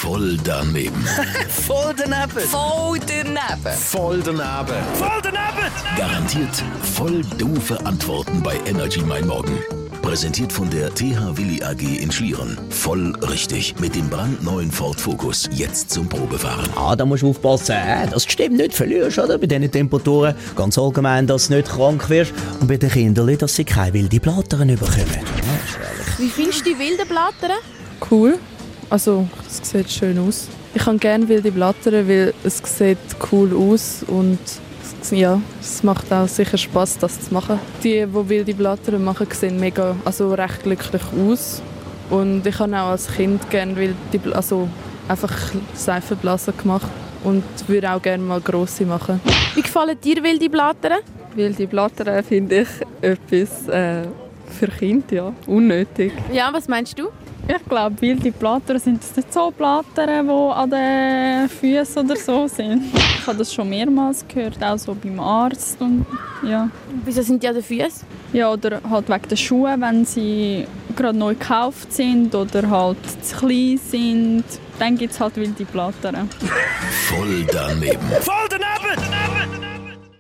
Voll daneben. Voll daneben. Voll daneben. Voll daneben. Voll daneben. Garantiert voll doofe Antworten bei Energy Mein Morgen. Präsentiert von der TH Willi AG in Schlieren. Voll richtig. Mit dem brandneuen Ford Focus. Jetzt zum Probefahren. Da musst du aufpassen, dass du stimmt nicht verlierst, oder? Bei diesen Temperaturen. Ganz allgemein, dass du nicht krank wirst. Und bei den Kindern, dass sie keine wilden Blattern bekommen. Wie findest du die wilden Blattern? Cool. Also, es sieht schön aus. Ich habe gerne wilde Blattern, weil es sieht cool aus und ja, es macht auch sicher Spass, das zu machen. Die wilde Blattern machen, sehen recht glücklich aus. Und ich habe auch als Kind gerne einfach Seifenblasen gemacht und würde auch gerne mal grosse machen. Wie gefallen dir wilde Blattern? Wilde Blattern finde ich etwas für Kinder, ja, unnötig. Ja, was meinst du? Ich glaube, wilde Blattern sind das nicht so Blattern, die an den Füßen oder so sind. Ich habe das schon mehrmals gehört, auch so beim Arzt. Und, ja. Wieso sind die an den Füßen? Ja, oder halt wegen den Schuhen, wenn sie gerade neu gekauft sind oder halt zu klein sind. Dann gibt es halt wilde Blattern. Voll daneben. Voll daneben.